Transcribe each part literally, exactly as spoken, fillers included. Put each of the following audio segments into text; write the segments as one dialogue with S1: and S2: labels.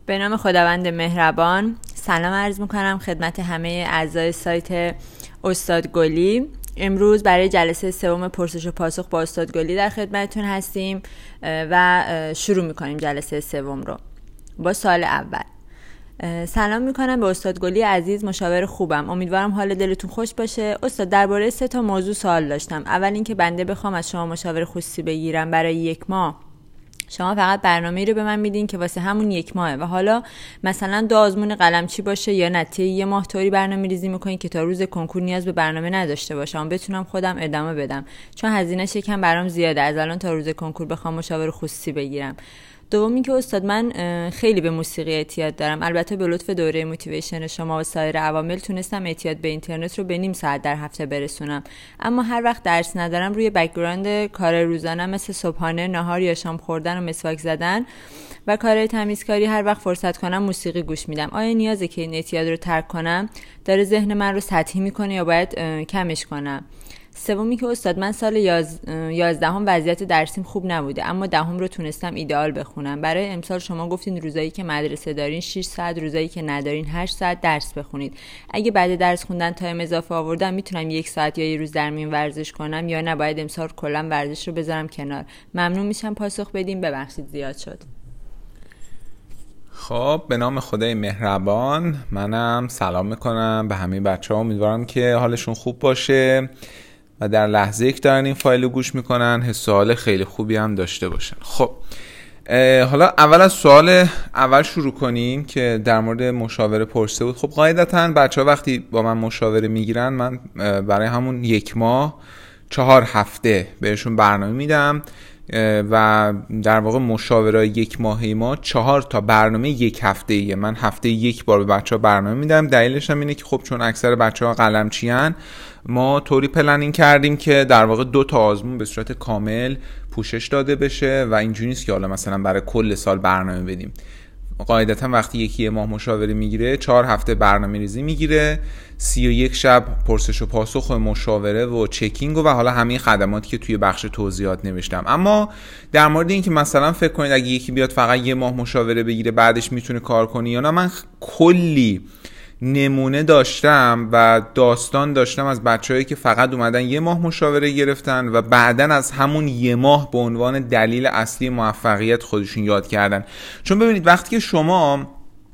S1: به نام خداوند مهربان. سلام عرض میکنم خدمت همه اعضای سایت استاد گلی. امروز برای جلسه سوم پرسش و پاسخ با استاد گلی در خدمتتون هستیم و شروع میکنیم جلسه سوم رو با سوال اول. سلام میکنم به استاد گلی عزیز، مشاور خوبم، امیدوارم حال دلتون خوش باشه. استاد، درباره سه تا موضوع سوال داشتم. اول اینکه بنده بخوام از شما مشاور خصوصی بگیرم برای یک ماه، شما فقط برنامه‌ای رو به من میدین که واسه همون یک ماهه و حالا مثلا دو آزمون قلمچی باشه یا نتیجه یه ماه طوری برنامه‌ریزی میکنین که تا روز کنکور نیاز به برنامه نداشته باشم، بتونم خودم ادامه بدم، چون هزینه‌ش یکم برام زیاده از الان تا روز کنکور بخوام مشاور خصوصی بگیرم. دومی که استاد، من خیلی به موسیقی اعتیاد دارم. البته به لطف دوره موتیویشن شما و سایر عوامل تونستم اعتیاد به اینترنت رو به نیم ساعت در هفته برسونم، اما هر وقت درس ندارم روی بک‌گراند کار روزانه مثل صبحانه، نهار یا شام خوردن و مسواک زدن و کارهای تمیزکاری هر وقت فرصت کنم موسیقی گوش میدم. آیا نیازه که این اعتیاد رو ترک کنم؟ داره ذهن من رو سطحی میکنه یا باید کمش کنم؟ سومی که استاد، من سال یاز... یازدهم وضعیت درسیم خوب نبوده، اما دهم رو تونستم ایدئال بخونم. برای امسال شما گفتین روزایی که مدرسه دارین شش ساعت، روزایی که ندارین هشت ساعت درس بخونید. اگه بعد درس خوندن تایم اضافه آوردم میتونم یک ساعت یا یه روز در میون ورزش کنم یا نه باید امسال کلا ورزش رو بذارم کنار؟ ممنون میشم پاسخ بدیم. ببخشید زیاد شد.
S2: خب، به نام خدای مهربان، منم سلام میکنم به همه بچه‌ها. امیدوارم که حالشون خوب باشه و در لحظه یک دارن این فایل رو گوش میکنن حس و حال خیلی خوبی هم داشته باشن. خب حالا اول از سوال اول شروع کنیم که در مورد مشاوره پرسیده بود. خب قاعدتاً بچه ها وقتی با من مشاوره میگیرن، من برای همون یک ماه چهار هفته بهشون برنامه میدم و در واقع مشاوره یک ماهی ما چهار تا برنامه یک هفته ایه. من هفته یک بار به بچه ها برنامه میدم. دلیلش هم اینه که خب چون اکثر بچه ها قلمچی هن، ما طوری پلنینگ کردیم که در واقع دو تا آزمون به صورت کامل پوشش داده بشه و اینجوری نیست که حالا مثلا برای کل سال برنامه بدیم. قاعدتا وقتی یکی یه ماه مشاوره میگیره، چهار هفته برنامه ریزی میگیره، سی و یک شب پرسش و پاسخ و مشاوره و چکینگ و حالا همه خدماتی که توی بخش توضیحات نوشتم. اما در مورد این که مثلا فکر کنید اگه یکی بیاد فقط یه ماه مشاوره بگیره بعدش میتونه کار کنی یا نه، من کلی نمونه داشتم و داستان داشتم از بچه‌هایی که فقط اومدن یه ماه مشاوره گرفتن و بعدن از همون یه ماه به عنوان دلیل اصلی موفقیت خودشون یاد کردن. چون ببینید وقتی که شما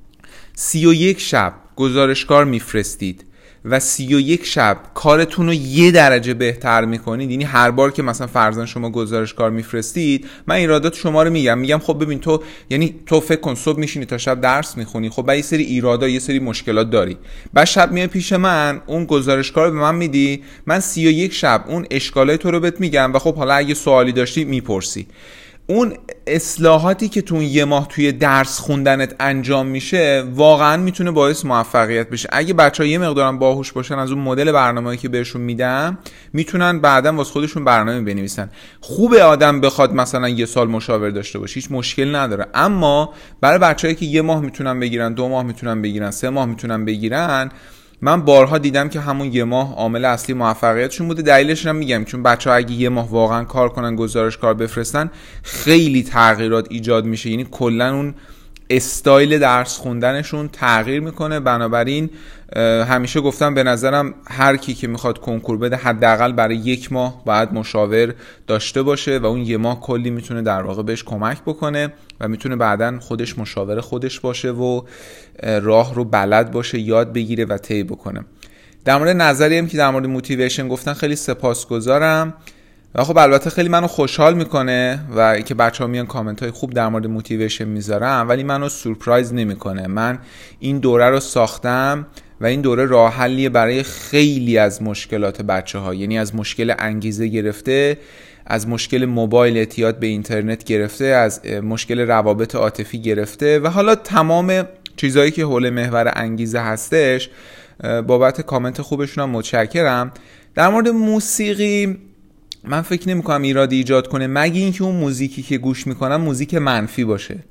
S2: سی و یک شب گزارشکار میفرستید و سی و یک شب کارتون رو یه درجه بهتر میکنید، یعنی هر بار که مثلا فرضاً شما گزارشکار میفرستید، من ایرادات شما رو میگم میگم خب ببین تو، یعنی تو فکر کن صبح میشینی تا شب درس میخونی، خب بعد یه سری ایرادا یه سری مشکلات داری، بعد شب میای پیش من اون گزارشکار رو به من میدی، من سی و یک شب اون اشکالای تو رو بهت میگم و خب حالا اگه سوالی داشتی میپرسی. اون اصلاحاتی که تو یه ماه توی درس خوندنت انجام میشه واقعا میتونه باعث موفقیت بشه. اگه بچه‌ها یه مقدارم باهوش باشن، از اون مدل برنامه‌ای که بهشون میدم میتونن بعداً واسه خودشون برنامه بنویسن. خوبه آدم بخواد مثلا یه سال مشاور داشته باشه، هیچ مشکل نداره، اما برای بچه‌هایی که یه ماه میتونن بگیرن، دو ماه میتونن بگیرن، سه ماه میتونن بگیرن، من بارها دیدم که همون یه ماه عامل اصلی موفقیتشون بوده. دلیلش هم میگم چون بچه‌ها اگه یه ماه واقعا کار کنن، گزارش کار بفرستن، خیلی تغییرات ایجاد میشه، یعنی کلا اون استایل درس خوندنشون تغییر میکنه. بنابراین همیشه گفتم به نظرم هر کی که میخواد کنکور بده حداقل برای یک ماه باید مشاور داشته باشه و اون یه ماه کلی میتونه در واقع بهش کمک بکنه و میتونه بعداً خودش مشاور خودش باشه و راه رو بلد باشه، یاد بگیره و طی بکنه. در مورد نظری هم که در مورد موتیویشن گفتن خیلی سپاسگزارم و خب البته خیلی منو خوشحال میکنه و اینکه بچه‌ها میان کامنت های خوب در مورد موتیویشن میذارن، ولی منو سورپرایز نمیکنه. من این دوره رو ساختم و این دوره راه حلیه برای خیلی از مشکلات بچه‌ها، یعنی از مشکل انگیزه گرفته، از مشکل موبایل اعتیاد به اینترنت گرفته، از مشکل روابط عاطفی گرفته و حالا تمام چیزایی که حول محور انگیزه هستش. بابت کامنت خوبشون هم متشکرم. در مورد موسیقی من فکر نمی کنم ایرادی ایجاد کنه، مگه اینکه اون موزیکی که گوش میکنم موزیک منفی باشه.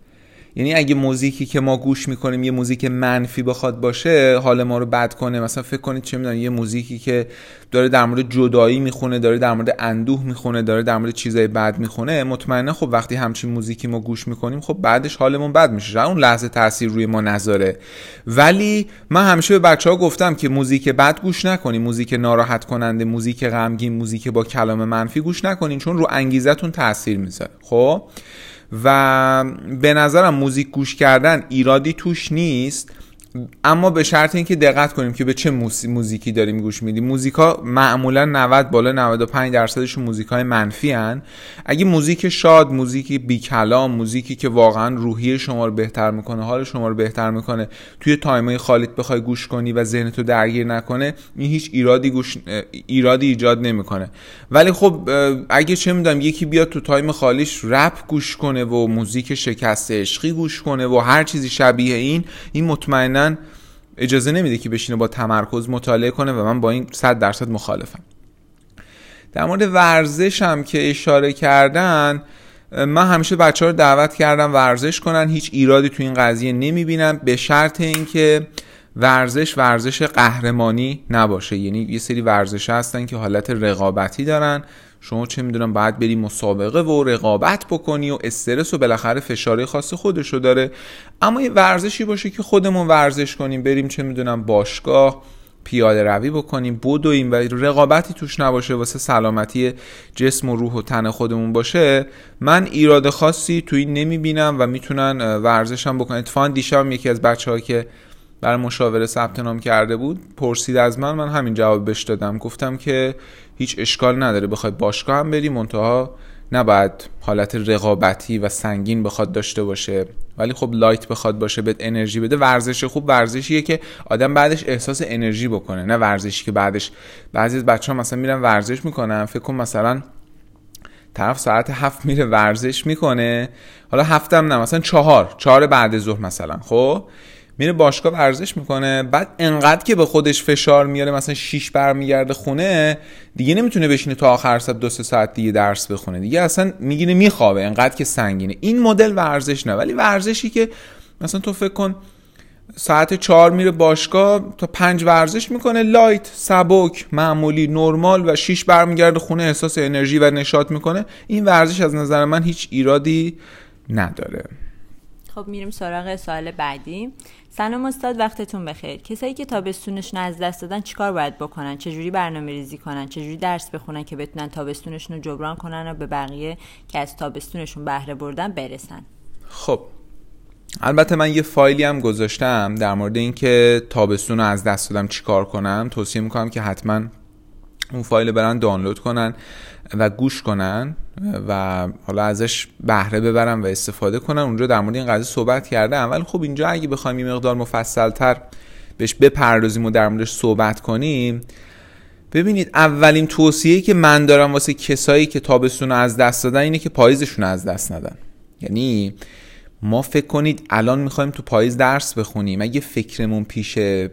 S2: یعنی اگه موزیکی که ما گوش میکنیم یه موزیک منفی بخواد باشه، حال ما رو بد کنه، مثلا فکر کنید چه میدونم یه موزیکی که داره در مورد جدایی میخونه، داره در مورد اندوه میخونه، داره در مورد چیزای بد میخونه، مطمئنا خب وقتی همچین موزیکی ما گوش میکنیم خب بعدش حالمون بد میشه، اون لحظه تاثیر روی ما نذاره. ولی من همیشه به بچه‌ها گفتم که موزیک بد گوش نکنین، موزیک ناراحت کننده، موزیک غمگین، موزیک با کلام منفی گوش نکنین، چون رو انگیزتون تاثیر میذاره. خب و به نظرم موزیک گوش کردن ایرادی توش نیست، اما به شرط اینکه دقت کنیم که به چه موزیکی داریم گوش میدیم. موزیکا معمولا نود بالا نود و پنج درصدشون موزیکای منفی ان. اگه موزیک شاد، موزیکی بی کلام، موزیکی که واقعا روحیه شما رو بهتر میکنه، حال شما رو بهتر میکنه، توی تایمای خالیت بخوای گوش کنی و ذهنتو درگیر نکنه، این هیچ ایرادی گوش ایرادی ایجاد نمیکنه. ولی خب اگه چه میدونم یکی بیاد تو تایم خالیش رپ گوش کنه و موزیک شکسته عشقی گوش کنه و هر چیزی شبیه این، این مطمئنا اجازه نمیده که بشینه با تمرکز مطالعه کنه و من با این صد درصد مخالفم. در مورد ورزش هم که اشاره کردن، من همیشه بچه ها رو دعوت کردم ورزش کنن، هیچ ایرادی تو این قضیه نمیبینم، به شرط اینکه ورزش ورزش قهرمانی نباشه. یعنی یه سری ورزش هستن که حالت رقابتی دارن، شما چه میدونم باید بری مسابقه و رقابت بکنی و استرس و بالاخره فشاری خاص خودشو داره. اما یه ورزشی باشه که خودمون ورزش کنیم، بریم چه میدونم باشگاه پیاده روی بکنیم، بدویم و رقابتی توش نباشه، واسه سلامتی جسم و روح و تن خودمون باشه، من ایراد خاصی توی نمیبینم و میتونن ورزشم بکنن. اتفاقا دیشب یکی از بچه‌ها که برای مشاوره ثبت نام کرده بود پرسید از من، من همین جواب بهش دادم، گفتم که هیچ اشکال نداره بخوای باشگاه هم بری، منتها نباید حالت رقابتی و سنگین بخواد داشته باشه، ولی خب لایت بخواد باشه، بهت انرژی بده. ورزش خوب ورزشیه که آدم بعدش احساس انرژی بکنه، نه ورزشی که بعدش بعضی از بچه‌ها مثلا میرن ورزش میکنن، فکر کن مثلا طرف ساعت هفت میره ورزش میکنه، حالا هفتم نه مثلا چهار چهار بعد ظهر مثلا، خب میره باشگاه ورزش میکنه، بعد انقدر که به خودش فشار میاره مثلا شیش برمیگرده خونه، دیگه نمیتونه بشینه تا آخر ساعت دو سه ساعت دیگه درس بخونه، دیگه اصلا میگیره میخوابه انقدر که سنگینه. این مدل ورزش نه. ولی ورزشی که مثلا تو فکر کن ساعت چهار میره باشگاه تا پنج ورزش میکنه، لایت، سبک، معمولی، نرمال، و شیش برمیگرده خونه احساس انرژی و نشاط میکنه، این ورزش از نظر من هیچ ایرادی نداره.
S1: خب میریم سراغ سوال بعدی. سلام استاد، وقتتون بخیر. کسایی که تابستونشون از دست دادن چیکار باید بکنن؟ چجوری برنامه‌ریزی کنن؟ چجوری درس بخونن که بتونن تابستونشون رو جبران کنن و به بقیه که از تابستونشون بهره بردن برسن؟
S2: خب البته من یه فایلی هم گذاشتم در مورد این که تابستون رو از دست دادم چیکار کنم. توصیه میکنم که حتما اون فایل برن دانلود کنن و گوش کنن و حالا ازش بهره ببرن و استفاده کنن. اونجا در مورد این قضیه صحبت کردم، ولی خب اینجا اگه بخوایم یه مقدار مفصل‌تر بهش بپردازیم و در موردش صحبت کنیم، ببینید اولین توصیه‌ای که من دارم واسه کسایی که تابستون رو از دست دادن اینه که پاییزشون رو از دست ندن. یعنی ما فکر کنید الان میخوایم تو پاییز درس بخونیم، اگه فکرمون پیشه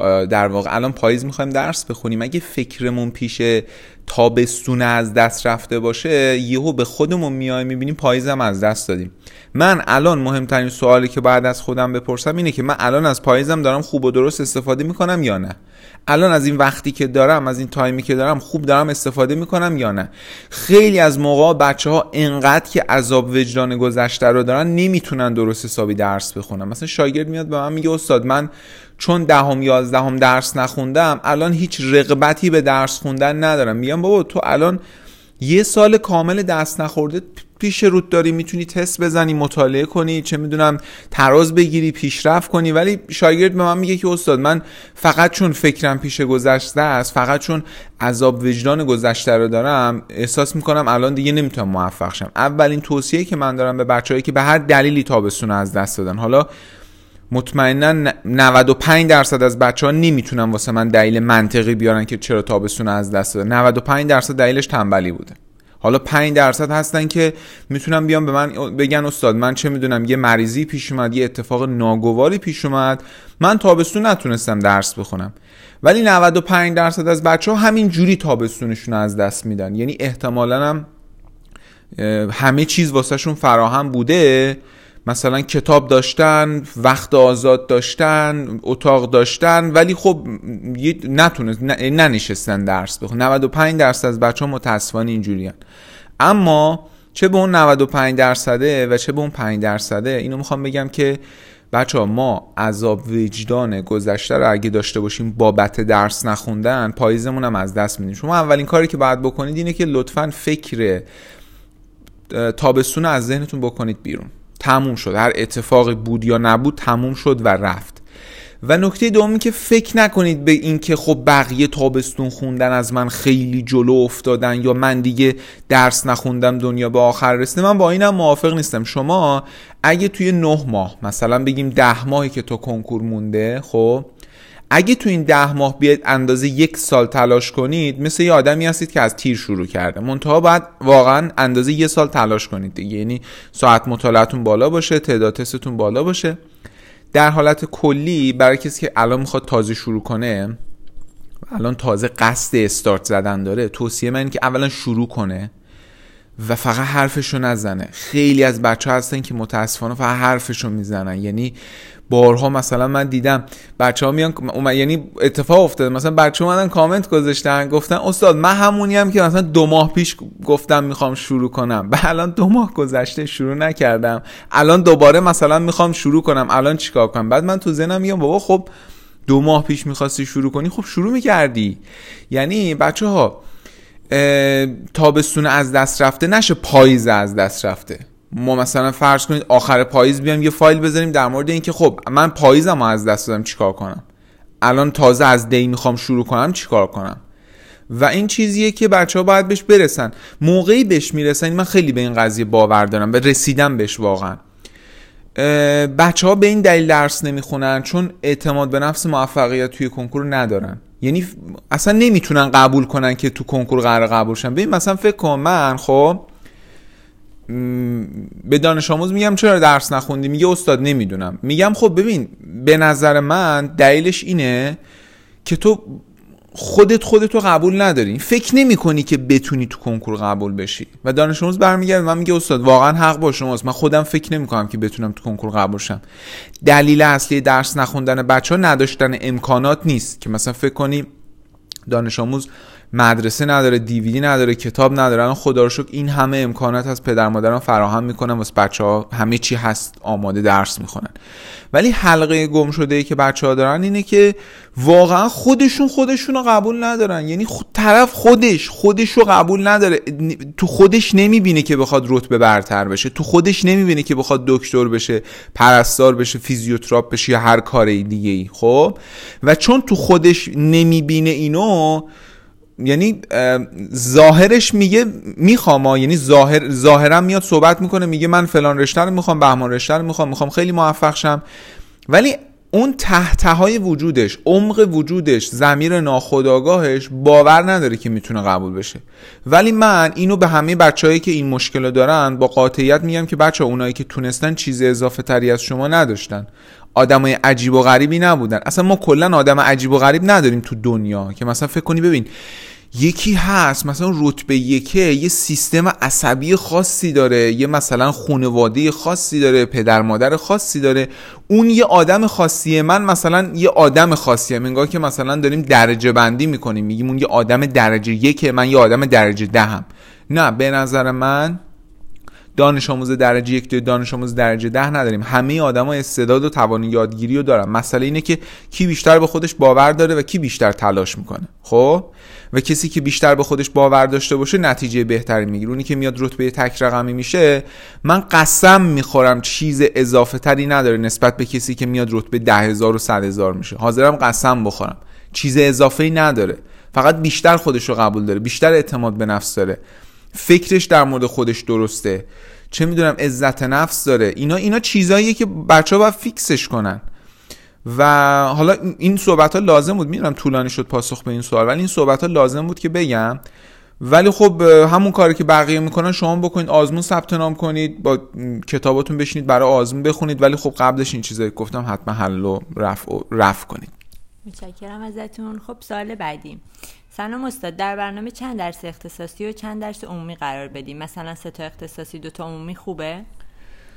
S2: در واقع الان پاییز میخوایم درس بخونیم، اگه فکرمون پیشه تابستون از دست رفته باشه، یهو به خودمون میایم میبینیم پاییزم از دست دادیم. من الان مهمترین سوالی که باید از خودم بپرسم اینه که من الان از پاییزم دارم خوب و درست استفاده میکنم یا نه؟ الان از این وقتی که دارم، از این تایمی که دارم خوب دارم استفاده میکنم یا نه؟ خیلی از موقع بچه‌ها انقدر که عذاب وجدان گذشته رو دارن نمیتونن درست حسابی درس بخونن. مثلا شاگرد میاد به من میگه استاد من چون دهم یازدهم درس نخوندم الان هیچ رغبتی به درس خوندن ندارم. میگم بابا تو الان یه سال کامل دست نخورده پیش روت داری، میتونی تست بزنی، مطالعه کنی، چه میدونم تراز بگیری، پیشرفت کنی. ولی شاگرد به من میگه که استاد من فقط چون فکرم پیش گذشته است، فقط چون عذاب وجدان گذشته رو دارم، احساس میکنم الان دیگه نمیتونم موفق شم. اولین توصیه که من دارم به بچه‌هایی که به هر دلیلی تابستون از دست دادن، حالا مطمئنا نود و پنج درصد از بچه‌ها نمیتونن واسه من دلیل منطقی بیارن که چرا تابستون از دست دادن. نود و پنج درصد دلیلش تنبلی بوده. حالا پنج درصد هستن که میتونن بیان به من بگن استاد من چه میدونم یه مریضی پیش اومد، یه اتفاق ناگواری پیش اومد، من تابستون نتونستم درس بخونم. ولی نود و پنج درصد از بچه‌ها همین جوری تابستونشون از دست میدن. یعنی احتمالاً هم همه چیز واسهشون فراهم بوده، مثلا کتاب داشتن، وقت آزاد داشتن، اتاق داشتن، ولی خب نتونست ننشستن درس بخونن. نود و پنج درصد از بچه‌ها متاسفانه اینجوریان. اما چه به اون نود و پنج درصده و چه به اون پنج درصده، اینو میخوام بگم که بچه‌ها ما عذاب وجدان گذشته رو اگه داشته باشیم بابت درس نخوندن، پاییزمون هم از دست میدیم. شما اولین کاری که باید بکنید اینه که لطفاً فکر تابستون از ذهنتون بکنید بیرون. تموم شد، هر اتفاقی بود یا نبود تموم شد و رفت. و نکته دومی که فکر نکنید به این که خب بقیه تابستون خوندن از من خیلی جلو افتادن یا من دیگه درس نخوندم دنیا به آخر رسیده. من با اینم موافق نیستم. شما اگه توی نه ماه مثلا بگیم ده ماهی که تو کنکور مونده، خب اگه تو این ده ماه بیاید اندازه یک سال تلاش کنید، مثل یه آدمی هستید که از تیر شروع کرده. منتها باید واقعا اندازه یه سال تلاش کنید دیگه، یعنی ساعت مطالعتون بالا باشه، تعداد تستتون بالا باشه. در حالت کلی برای کسی که الان میخواد تازه شروع کنه، الان تازه قصد استارت زدن داره، توصیه من اینه که اولا شروع کنه و فقط حرفشو نزنه. خیلی از بچه ها هستن که متاسفانه فقط حرفشو میزنن. یعنی بارها مثلا من دیدم بچه ها میان، یعنی اتفاق افتاده مثلا بچه ها اومدن کامنت گذاشتن گفتن استاد من همونی هم که مثلا دو ماه پیش گفتم میخوام شروع کنم، به الان دو ماه گذشته شروع نکردم، الان دوباره مثلا میخوام شروع کنم، الان چیکار کنم؟ بعد من تو ذهنم میگم بابا خب دو ماه پیش میخواستی شروع کنی، خب شروع میکردی. یعنی بچه ها تابستون از دست رفته نشه پاییز از دست رفته. ما مثلا فرض کنید آخر پاییز بیام یه فایل بذاریم در مورد این که خب من پاییزمو از دست دادم چیکار کنم، الان تازه از دی میخوام شروع کنم چیکار کنم. و این چیزیه که بچه‌ها باید بهش برسن. موقعی بهش میرسن، من خیلی به این قضیه باور دارم و رسیدم بهش واقعا. بچه‌ها به این دلیل درس نمیخونن چون اعتماد به نفس موفقیت توی کنکور ندارن. یعنی اصلا نمیتونن قبول کنن که تو کنکور قرار قبول شن. ببین مثلا فکر کن من خب به دانش آموز میگم چرا درس نخوندی، میگه استاد نمیدونم. میگم خب ببین به نظر من دلیلش اینه که تو خودت خودتو قبول نداری، فکر نمی کنی که بتونی تو کنکور قبول بشی. و دانش آموز برمیگرده من میگه استاد واقعا حق با شماست، من خودم فکر نمی کنم که بتونم تو کنکور قبول شم. دلیل اصلی درس نخوندن بچه‌ها نداشتن امکانات نیست که مثلا فکر کنی دانش آموز مدرسه نداره، دیویدی نداره، کتاب نداره. الان خدا رو شکر این همه امکانات از پدر مادران فراهم میکنن واسه بچه‌ها، همه چی هست، آماده درس میخونن. ولی حلقه گم شده ای که بچه‌ها دارن اینه که واقعا خودشون خودشون رو قبول ندارن. یعنی خود طرف خودش خودش رو قبول نداره، تو خودش نمیبینه که بخواد رتبه برتر بشه، تو خودش نمیبینه که بخواد دکتر بشه، پرستار بشه، فیزیوتراپ بشه یا هر کار دیگه ای. خب و چون تو خودش نمیبینه اینو، یعنی ظاهرش میگه میخوام، یعنی ظاهر ظاهرا میاد صحبت میکنه میگه من فلان رشته رو میخوام، بهمان رشته رو میخوام، میخوام خیلی موفق شم، ولی اون تحتهای وجودش، عمق وجودش، ضمیر ناخودآگاهش باور نداره که میتونه قبول بشه. ولی من اینو به همه بچه‌هایی که این مشکل دارن با قاطعیت میگم که بچه‌ها اونایی که تونستن چیز اضافه تری از شما نداشتن، آدمای عجیب و غریبی نبودن. اصلا ما کلا آدم عجیب و غریب نداریم تو دنیا که مثلا فکر کنی ببین یکی هست مثلا رتبه یکه، یه سیستم عصبی خاصی داره، یه مثلا خانواده خاصی داره، پدر مادر خاصی داره، اون یه آدم خاصیه، من مثلا یه آدم خاصیم. انگار که مثلا داریم درجه بندی میکنیم، میگیم اون یه آدم درجه یکه، من یه آدم درجه دهم. نه، به نظر من دانش آموز درجه یک تا دانش آموز درجه ده نداریم. همه آدم‌ها استعداد و توان یادگیری رو دارن. مسئله اینه که کی بیشتر به خودش باور داره و کی بیشتر تلاش میکنه. خب و کسی که بیشتر به خودش باور داشته باشه نتیجه بهتری میگیره. اونی که میاد رتبه تک رقمی میشه، من قسم میخورم چیز اضافه تری نداره نسبت به کسی که میاد رتبه ده هزار و صد هزار میشه. حاضرم قسم بخورم چیز اضافه‌ای نداره، فقط بیشتر خودش رو قبول داره، بیشتر اعتماد به نفس داره، فکرش در مورد خودش درسته، چه میدونم عزت نفس داره. اینا اینا چیزاییه که بچه‌ها باید فیکسش کنن. و حالا این صحبت ها لازم بود، میدونم طولانی شد پاسخ به این سوال، ولی این صحبت ها لازم بود که بگم. ولی خب همون کاری که بقیه میکنن شما بکنید، آزمون ثبت نام کنید، با کتاباتون بشینید برای آزمون بخونید، ولی خب قبلش این چیزایی گفتم حتما حل و رفع رفع کنید.
S1: متشکرم ازتون. خب سوال بعدی: سلام استاد، در برنامه چند درس اختصاصی و چند درس عمومی قرار بدیم؟ مثلا سه تا اختصاصی دو تا عمومی خوبه؟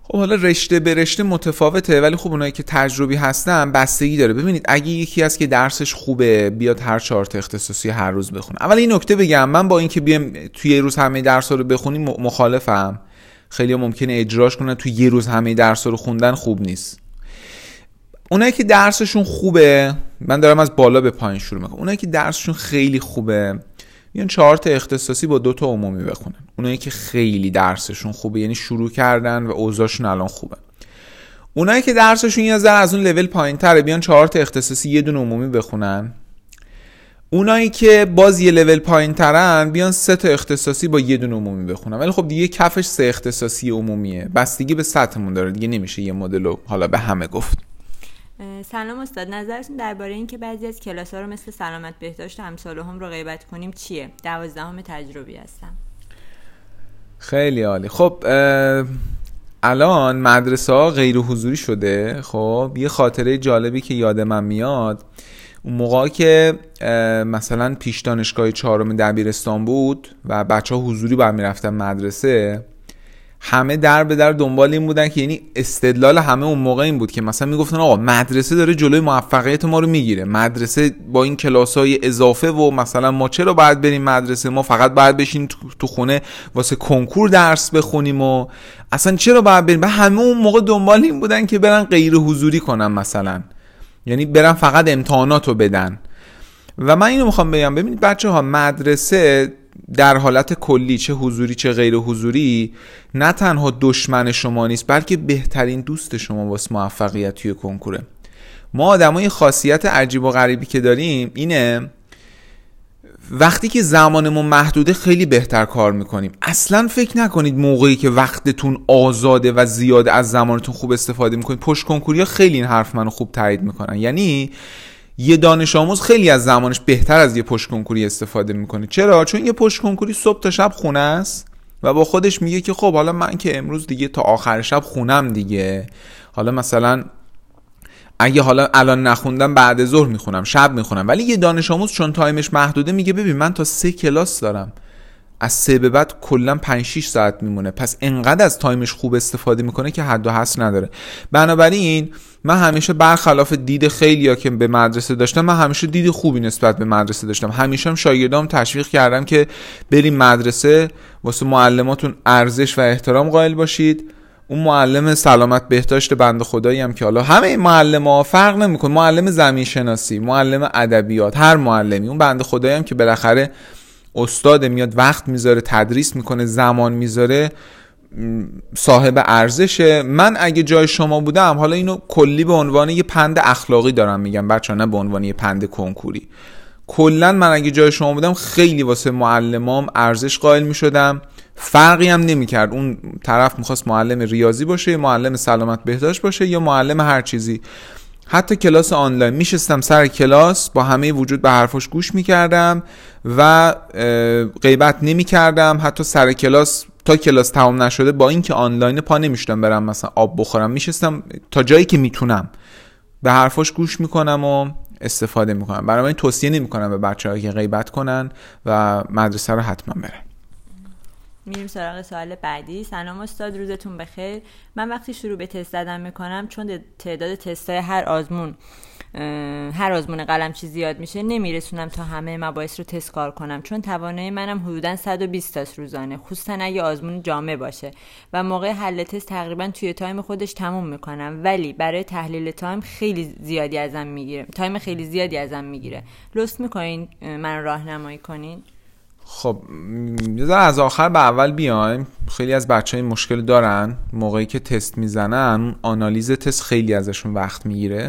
S2: خب حالا رشته به رشته متفاوته، ولی خب اونایی که تجربی هستن بستگی داره. ببینید اگه یکی هست که درسش خوبه بیاد هر چهار تا اختصاصی هر روز بخونه. اول این نکته بگم، من با اینکه بیام توی یه روز همه درس‌ها رو بخونیم مخالفم. خیلی ممکنه اجراش کنن توی یه روز همه درس‌ها رو خوندن خوب نیست. اونایی که درسشون خوبه، من دارم از بالا به پایین شروع میکنم، اونایی که درسشون خیلی خوبه بیان چهار تا اختصاصی با دو تا عمومی بخونن. اونایی که خیلی درسشون خوبه، یعنی شروع کردن و اوضاعشون الان خوبه. اونایی که درسشون یه ذره از اون لول پایین‌تره بیان چهار تا اختصاصی یه دونه عمومی بخونن. اونایی که باز یه لول پایین‌ترن بیان سه تا اختصاصی با یه دونه عمومی بخونن. ولی خب دیگه کفش سه اختصاصی عمومیه، بستگی به سطحمون داره دیگه، نمیشه یه مدلو حالا به همه گفت.
S1: سلام استاد، نظرتون درباره این که بعضی از کلاس‌ها رو مثل سلامت بهداشت و امثال هم رو غیبت کنیم چیه؟ دوازدهم تجربی هستم.
S2: خیلی عالی. خب الان مدرسه ها غیر حضوری شده. خب یه خاطره جالبی که یاد من میاد، اون موقع که مثلا پیش دانشگاه چهارم دبیرستان بود و بچه‌ها حضوری باید میرفتن مدرسه، همه در به در دنبال این بودن که، یعنی استدلال همه اون موقع این بود که مثلا میگفتن آقا مدرسه داره جلوی موفقیت ما رو میگیره، مدرسه با این کلاس‌های اضافه و مثلا ما چرا باید بریم مدرسه، ما فقط باید بشینیم تو خونه واسه کنکور درس بخونیم و اصلا چرا باید بریم. و همه اون موقع دنبال این بودن که برن غیر حضوری کنن، مثلا یعنی برن فقط امتحاناتو بدن. و من اینو میخوام بگم، ببینید بچه‌ها، مدرسه در حالت کلی چه حضوری چه غیر حضوری نه تنها دشمن شما نیست، بلکه بهترین دوست شما واسه موفقیت توی کنکوره. ما آدمای خاصیت عجیب و غریبی که داریم اینه، وقتی که زمانمون محدوده خیلی بهتر کار میکنیم. اصلا فکر نکنید موقعی که وقتتون آزاده و زیاده از زمانتون خوب استفاده میکنید. پشت کنکوریا خیلی این حرف منو خوب تایید میکنن. یعنی یه دانش آموز خیلی از زمانش بهتر از یه پشت کنکوری استفاده میکنه. چرا؟ چون یه پشت کنکوری صبح تا شب خونه است و با خودش میگه که خب حالا من که امروز دیگه تا آخر شب خونم دیگه، حالا مثلا اگه حالا الان نخوندم بعد ظهر میخونم، شب میخونم. ولی یه دانش آموز چون تایمش محدوده میگه ببین من تا سه کلاس دارم، از سه به بعد کلا پنج شش ساعت میمونه، پس انقدر از تایمش خوب استفاده میکنه که حد و حصر نداره. بنابراین من همیشه برخلاف دید خیلیا که به مدرسه داشتم، من همیشه دید خوبی نسبت به مدرسه داشتم. همیشه هم شاگردام تشویق کردم که بریم مدرسه، واسه معلماتون ارزش و احترام قائل باشید. اون معلم سلامت بهداشت بنده خدایی هم که حالا همه معلم‌ها فرق نمیکنه، معلم زمین شناسی، معلم ادبیات، هر معلمی، اون بنده خدایی هم که بالاخره استاد میاد وقت میذاره تدریس میکنه، زمان میذاره، صاحب ارزشه. من اگه جای شما بودم، حالا اینو کلی به عنوان یه پند اخلاقی دارم میگم بچه‌ها، نه به عنوان یه پند کنکوری، کلا من اگه جای شما بودم خیلی واسه معلمام ارزش قائل میشدم. فرقی هم نمیکرد اون طرف میخواست معلم ریاضی باشه، معلم سلامت بهداشت باشه یا معلم هر چیزی. حتی کلاس آنلاین میشستم سر کلاس، با همه وجود به حرفاش گوش میکردم و غیبت نمیکردم. حتی سر کلاس تا کلاس تمام نشده با اینکه آنلاین پا نمیشدم برم مثلا آب بخورم، میشستم تا جایی که میتونم به حرفاش گوش میکنم و استفاده میکنم. برای من توصیه نمیکنم به بچه‌ها که غیبت کنن و مدرسه رو حتما برن.
S1: میریم سراغ سوال بعدی. سلام استاد، روزتون بخیر. من وقتی شروع به تست زدن میکنم، چون تعداد تستای هر آزمون هر آزمون قلمچی زیاد میشه، نمیرسونم تا همه مباحث رو تست کار کنم، چون توانایی منم حدوداً صد و بیست تاست روزانه، خصوصا اگه آزمون جامع باشه و موقع حل تست تقریبا توی تایم خودش تموم میکنم، ولی برای تحلیل تایم خیلی زیادی ازم میگیره تایم خیلی زیادی ازم میگیره. لطف میکنین من راهنمایی کنین؟
S2: خب بذار از آخر به اول بیایم. خیلی از بچه‌ها این مشکل دارن، موقعی که تست میزنن آنالیز تست خیلی ازشون وقت میگیره.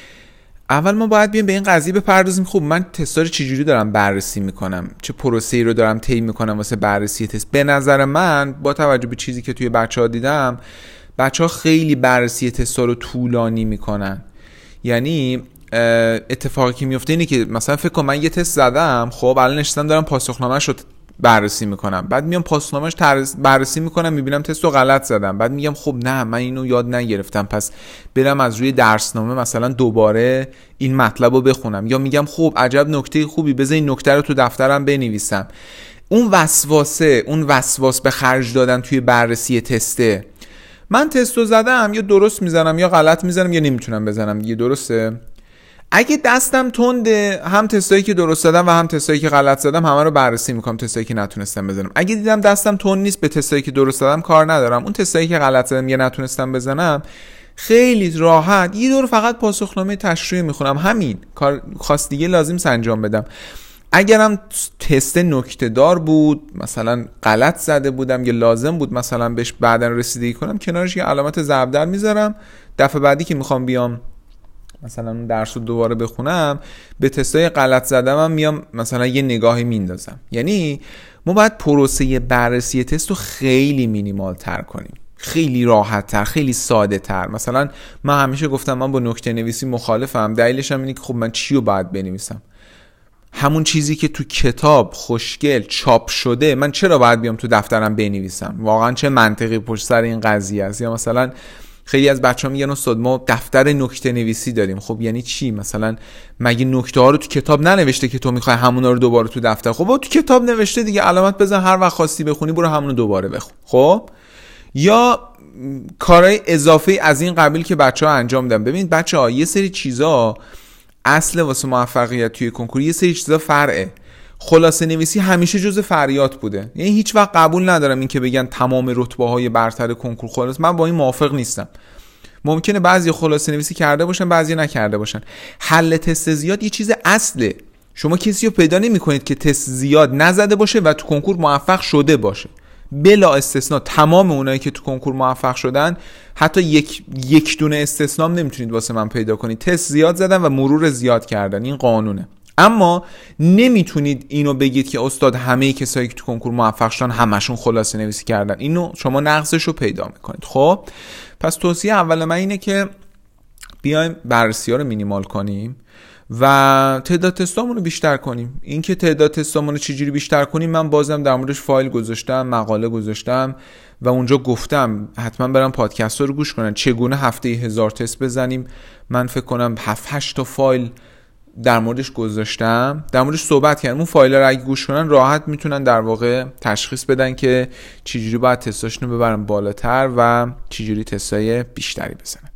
S2: اول ما باید بیایم به این قضیه بپردازیم خب من تست‌ها رو چجوری دارم بررسی میکنم، چه پروسه‌ای رو دارم طی میکنم واسه بررسی تست. به نظر من با توجه به چیزی که توی بچه‌ها دیدم، بچه‌ها خیلی بررسی تست‌ها رو طولانی میکنن. یعنی اتفاقی که میفته اینه که مثلا فکر کنم من یه تست زدم، خب الان نشستم دارم پاسخنامه‌اش رو بررسی میکنم، بعد میام پاسخنامه‌اش بررسی میکنم، میبینم تست رو غلط زدم، بعد میگم خب نه من اینو یاد نگرفتم، پس برم از روی درسنامه مثلا دوباره این مطلب رو بخونم، یا میگم خب عجب نکته خوبی، بذار این نکته رو تو دفترم بنویسم. اون وسواسه، اون وسواس به خرج دادن توی بررسی تسته من تستو زدم یا درست میزنم یا غلط میزنم یا نمیتونم بزنم دیگه، درسته؟ اگه دستم تنده، هم تستایی که درست زدم و هم تستایی که غلط زدم همه رو بررسی میکنم، تستایی که نتونستم بزنم. اگه دیدم دستم تند نیست، به تستایی که درست زدم کار ندارم، اون تستایی که غلط زدم یا نتونستم بزنم خیلی راحت یه دور فقط پاسخنامه تشریح میخونم، همین کار خاص دیگه لازم انجام بدم. اگرم تست نکته دار بود، مثلا غلط زده بودم یا لازم بود مثلا بهش بعداً رسیدگی کنم، کنارش یه علامت ضرب در میذارم. دفعه بعدی که میخوام بیام مثلا اون درس رو دوباره بخونم، به تستای غلط زدمم میام مثلا یه نگاهی میندازم. یعنی ما باید پروسه بررسی تست رو خیلی مینیمال تر کنیم، خیلی راحت تر، خیلی ساده تر. مثلا من همیشه گفتم من با نکته نویسی مخالفم، دلیلش هم اینه که خب من چی رو باید بنویسم؟ همون چیزی که تو کتاب خوشگل چاپ شده من چرا باید بیام تو دفترم بنویسم؟ واقعا چه منطقی پشت سر این قضیه است؟ یا مثلا خیلی از بچه‌ها میگن استاد ما دفتر نکته نویسی داریم. خب یعنی چی؟ مثلا مگه نکته ها رو تو کتاب ننوشته که تو میخوای همونا رو دوباره تو دفتر؟ خب تو کتاب نوشته دیگه، علامت بزن، هر وقت خواستی بخونی برو همون رو دوباره بخون. خب یا کارهای اضافه از این قبیل که بچه‌ها انجام میدن. ببینید بچه‌ها یه سری چیزا اصل واسه موفقیت توی کنکور، یه سری چیزا فرعه. خلاصه نویسی همیشه جز فرعیات بوده، یعنی هیچ وقت قبول ندارم این که بگن تمام رتبه‌های برتر کنکور خلاص. من با این موافق نیستم. ممکنه بعضی خلاصه نویسی کرده باشن، بعضی نکرده باشن. حل تست زیاد یه چیز اصله. شما کسی رو پیدا نمی‌کنید که تست زیاد نزده باشه و تو کنکور موفق شده باشه. بلا استثناء تمام اونایی که تو کنکور موفق شدن، حتی یک یک دونه استثناء نمیتونید واسه من پیدا کنید. تست زیاد زدن و مرور زیاد کردن، این قانونه. اما نمیتونید اینو بگید که استاد همه کسایی که تو کنکور موفق شدن همشون خلاصه نویسی کردن. اینو شما نقصش رو پیدا میکنید. خب پس توصیه اول من اینه که بیایم بررسی ها رو مینیمال کنیم و تعداد تستامون رو بیشتر کنیم. این که تعداد تستامون رو چجوری بیشتر کنیم من بازم در موردش فایل گذاشتم، مقاله گذاشتم و اونجا گفتم حتما برام پادکست رو گوش کنن چگونه هفته هزار تست بزنیم. من فکر کنم هفت هشت تا فایل در موردش گذاشتم، در موردش صحبت کردم. اون فایل رو اگه گوش کنن راحت میتونن در واقع تشخیص بدن که چجوری باید تستاشون رو ببرن بالاتر و چجوری تستای بیشتری بزنن.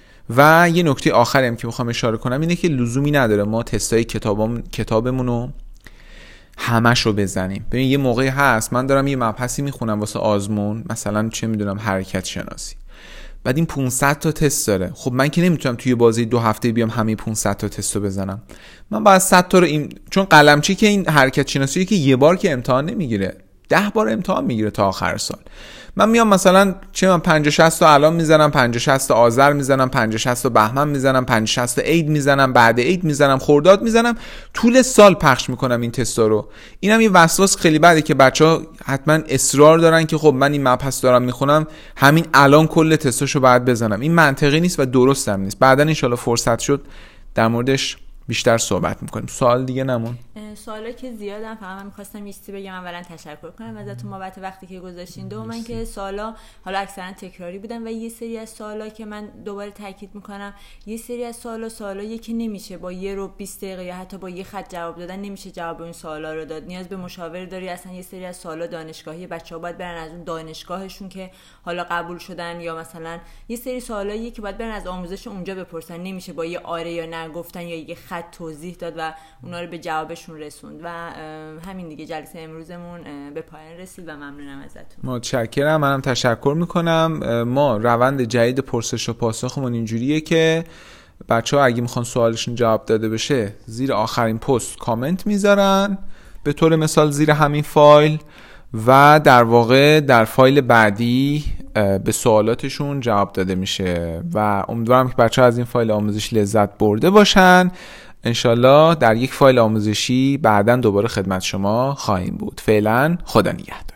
S2: و یه نکته آخری هم که میخوام اشاره کنم اینه که لزومی نداره ما تستای کتابمون کتابمون رو همش رو بزنیم. ببین یه موقعی هست من دارم یه مبحثی میخونم واسه آزمون، مثلا چه میدونم حرکت شناسی، بعد این پانصد تا تست داره. خب من که نمیتونم توی بازی دو هفته بیام همه پانصد تا تست رو بزنم. من باید صد تا رو این، چون قلمچی که این حرکت شناسی که یه بار که امتحان نمیگیره، ده بار امتحان میگیره تا آخر سال. من میام مثلا چه من پنجاه شصت تا الان میزنم، پنجاه شصت تا آذر میزنم، پنجاه شصت تا بهمن میزنم، پنجاه شصت تا عید میزنم، بعد عید میزنم، خرداد میزنم، طول سال پخش میکنم این تستا رو. اینم یه وسواس خیلی بده که بچه‌ها حتما اصرار دارن که خب من این مبحث دارم میخونم همین الان کل تستاشو باید بزنم. این منطقی نیست و درست هم نیست. بعدن ان شاءالله فرصت شد در موردش بیشتر صحبت میکنیم. سوال دیگه نمون.
S1: سوالا که زیادن، فقط من می‌خواستم یه چیزی بگم. اولا تشکر کنم ازتون بابت وقتی که گذاشتین. دوم که سوالا حالا اکثرا تکراری بودن و یه سری از سوالا که من دوباره تاکید میکنم، یه سری از سوالا سوالایی که نمیشه با یه رو بیست دقیقه یا حتی با یه خط جواب دادن نمیشه جواب این سوالا رو داد. نیاز به مشاور داری. اصلا یه سری از سوالا دانشگاهی، بچه‌ها باید برن از اون دانشگاهشون که حالا قبول شدن، یا مثلا یه سری سوالایی که باید برن از آموزش اونجا بپرسن. نمیشه با یه آره یا نه گفتن یا یه خط توضیح داد و اونا رو به جوابشون رسوند. و همین دیگه، جلسه امروزمون به پایان رسید و ممنونم ازتون.
S2: متشکرم. منم تشکر میکنم. ما روند جدید پرسش و پاسخمون اینجوریه که بچه‌ها اگه میخوان سوالشون جواب داده بشه زیر آخرین پست کامنت میذارن، به طور مثال زیر همین فایل، و در واقع در فایل بعدی به سوالاتشون جواب داده میشه. و امیدوارم که بچه‌ها از این فایل آموزشی لذت برده باشن. انشالله در یک فایل آموزشی بعداً دوباره خدمت شما خواهیم بود. فعلا خدا نگهدار.